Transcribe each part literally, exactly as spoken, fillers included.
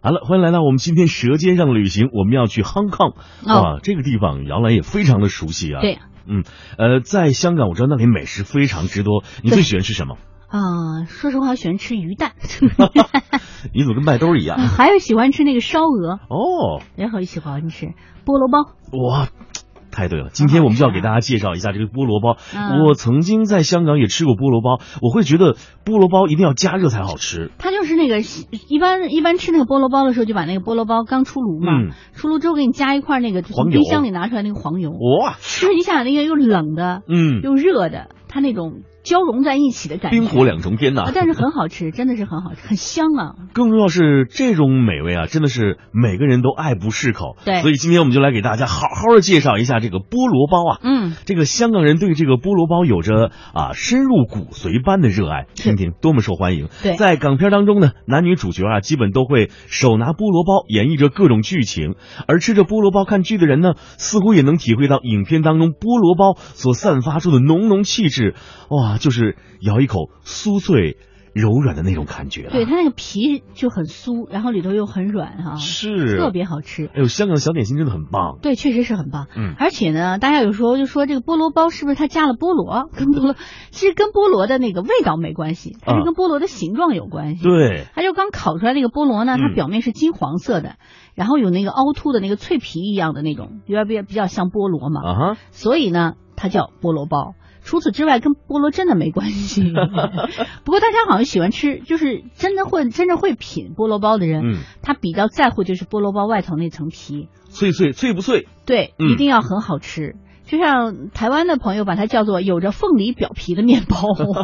好了，欢迎来到我们今天舌尖上的旅行，我们要去 Hong Kong。哇，这个地方姚兰也非常的熟悉啊。 对， 嗯，呃，在香港我知道那里美食非常之多，你最喜欢吃什么？ 啊、呃，说实话，喜欢吃鱼蛋。 你怎么跟麦兜一样？ 还有喜欢吃那个烧鹅哦， 然后喜欢吃菠萝包。 哇，太对了！今天我们就要给大家介绍一下这个菠萝包。 嗯、 我曾经在香港也吃过菠萝包，我会觉得菠萝包一定要加热才好吃。 它就是那个一般一般吃那个菠萝包的时候，就把那个菠萝包刚出炉嘛， 嗯、 出炉之后给你加一块那个从冰箱里拿出来那个黄油， 哇， 吃一下那个又冷的， 嗯， 又热的，它那种交融在一起的感觉， 冰火两重天呐、 啊！但是很好吃，真的是很好吃，很香啊！ 更重要是这种美味啊，真的是每个人都爱不释口。 对， 所以今天我们就来给大家好好的介绍一下这个菠萝包啊。 嗯， 这个香港人对这个菠萝包有着啊深入骨髓般的热爱，听听多么受欢迎。 对， 在港片当中呢，男女主角啊基本都会手拿菠萝包演绎着各种剧情，而吃着菠萝包看剧的人呢，似乎也能体会到影片当中菠萝包所散发出的浓浓气质。哇，就是咬一口酥脆柔软的那种感觉了。 对，它那个皮就很酥，然后里头又很软哈、啊， 是特别好吃。 哎呦，香港的小点心真的很棒。 对，确实是很棒。 嗯， 而且呢，大家有时候就说这个菠萝包是不是它加了菠萝？跟菠萝其实跟菠萝的那个味道没关系，它是跟菠萝的形状有关系。 对、啊， 它就刚烤出来那个菠萝呢，它表面是金黄色的，嗯、然后有那个凹凸的那个脆皮一样的那种，比较比较比较像菠萝嘛。 啊哈， 所以呢，它叫菠萝包。除此之外，跟菠萝真的没关系。不过大家好像喜欢吃，就是真的会真正会品菠萝包的人， 嗯， 他比较在乎就是菠萝包外头那层皮， 脆脆脆不脆？ 对， 嗯、 一定要很好吃。就像台湾的朋友把它叫做有着凤梨表皮的面包，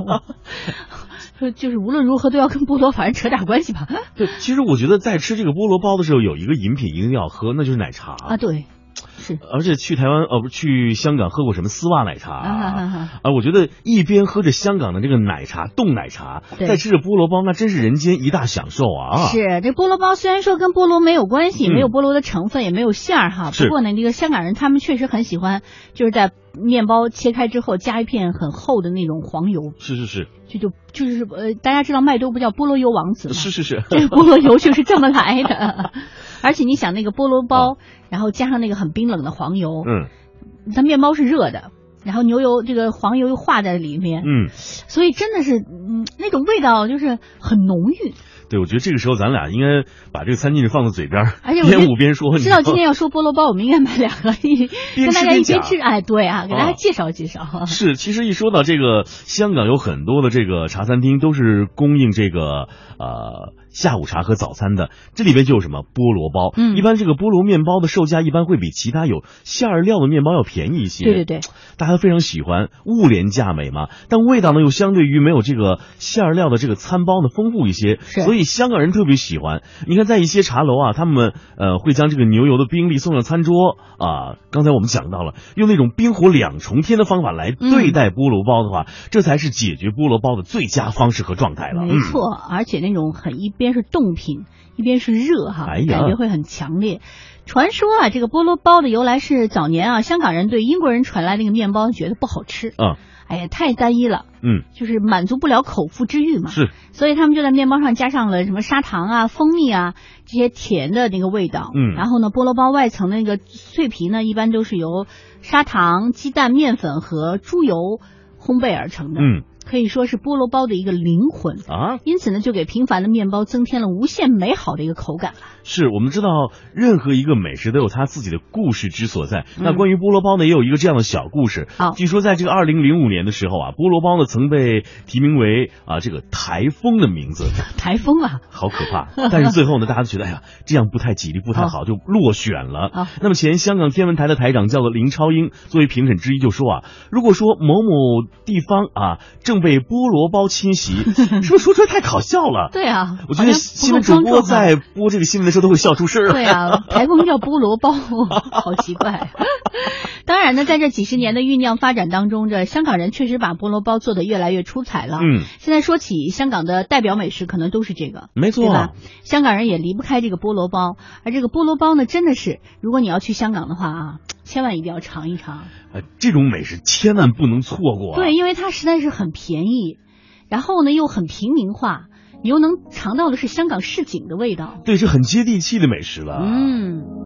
就是无论如何都要跟菠萝反正扯点关系吧。 对，其实我觉得在吃这个菠萝包的时候，有一个饮品一定要喝，那就是奶茶啊，对。是， 而且去台湾呃不去香港喝过什么丝袜奶茶啊？ 啊哈哈啊，我觉得一边喝着香港的这个奶茶冻奶茶，再吃着菠萝包，那真是人间一大享受啊！ 是，这菠萝包虽然说跟菠萝没有关系， 嗯、 没有菠萝的成分，也没有馅儿哈，不过呢，这个香港人他们确实很喜欢，就是在面包切开之后加一片很厚的那种黄油。 是是是， 就就就是呃，大家知道麦兜不叫菠萝油王子吗？ 是是是， 这个菠萝油就是这么来的。而且你想那个菠萝包，哦、然后加上那个很冰冷的黄油， 嗯， 它面包是热的，然后牛油这个黄油又化在里面， 嗯， 所以真的是嗯那种味道就是很浓郁。 对，我觉得这个时候咱俩应该把这个餐巾纸放在嘴边， 而且边捂边说。 知道今天要说菠萝包，我们应该买两个，跟大家一边吃，哎，对啊，给大家介绍介绍。 啊、是，其实一说到这个，香港有很多的这个茶餐厅都是供应这个呃下午茶和早餐的，这里边就有什么菠萝包。 嗯， 一般这个菠萝面包的售价一般会比其他有馅儿料的面包要便宜一些。 对对对， 大家都非常喜欢，物廉价美嘛。但味道呢又相对于没有这个馅儿料的这个餐包呢丰富一些，所以香港人特别喜欢。你看，在一些茶楼啊，他们呃会将这个牛油的冰粒送上餐桌啊。刚才我们讲到了，用那种冰火两重天的方法来对待菠萝包的话，嗯、这才是解决菠萝包的最佳方式和状态了。 没错，嗯、而且那种很一边是冻品，一边是热哈， 哎、 感觉会很强烈。传说啊，这个菠萝包的由来是早年啊，香港人对英国人传来那个面包觉得不好吃， 嗯， 哎呀，太单一了， 嗯， 就是满足不了口腹之欲嘛， 是， 所以他们就在面包上加上了什么砂糖啊、蜂蜜啊这些甜的那个味道， 嗯， 然后呢，菠萝包外层那个脆皮呢，一般都是由砂糖、鸡蛋、面粉和猪油烘焙而成的， 嗯。 可以说是菠萝包的一个灵魂啊， 因此呢，就给平凡的面包增添了无限美好的一个口感了。 是，我们知道任何一个美食都有它自己的故事之所在。 嗯、 那关于菠萝包呢，也有一个这样的小故事。 好， 据说在这个二零零五年的时候啊，菠萝包呢曾被提名为啊这个台风的名字。 台风啊， 好可怕！但是最后呢，大家都觉得哎呀，这样不太吉利，不太好，就落选了。 哦、 那么前香港天文台的台长叫做林超英，作为评审之一就说啊，如果说某某地方啊正被菠萝包侵袭，是不是说出来太搞笑了？ 对啊， 我觉得新闻主播在播这个新闻的时候都会笑出声儿。 对啊，台风叫菠萝包，好奇怪。当然呢，在这几十年的酝酿发展当中，这香港人确实把菠萝包做得越来越出彩了。 嗯， 现在说起香港的代表美食，可能都是这个， 没错， 对吧？香港人也离不开这个菠萝包，而这个菠萝包呢，真的是，如果你要去香港的话啊，千万一定要尝一尝。 呃，这种美食千万不能错过啊。 对，因为它实在是很便宜，然后呢又很平民化。 你又能尝到的是香港市井的味道。 对，是很接地气的美食了。 嗯。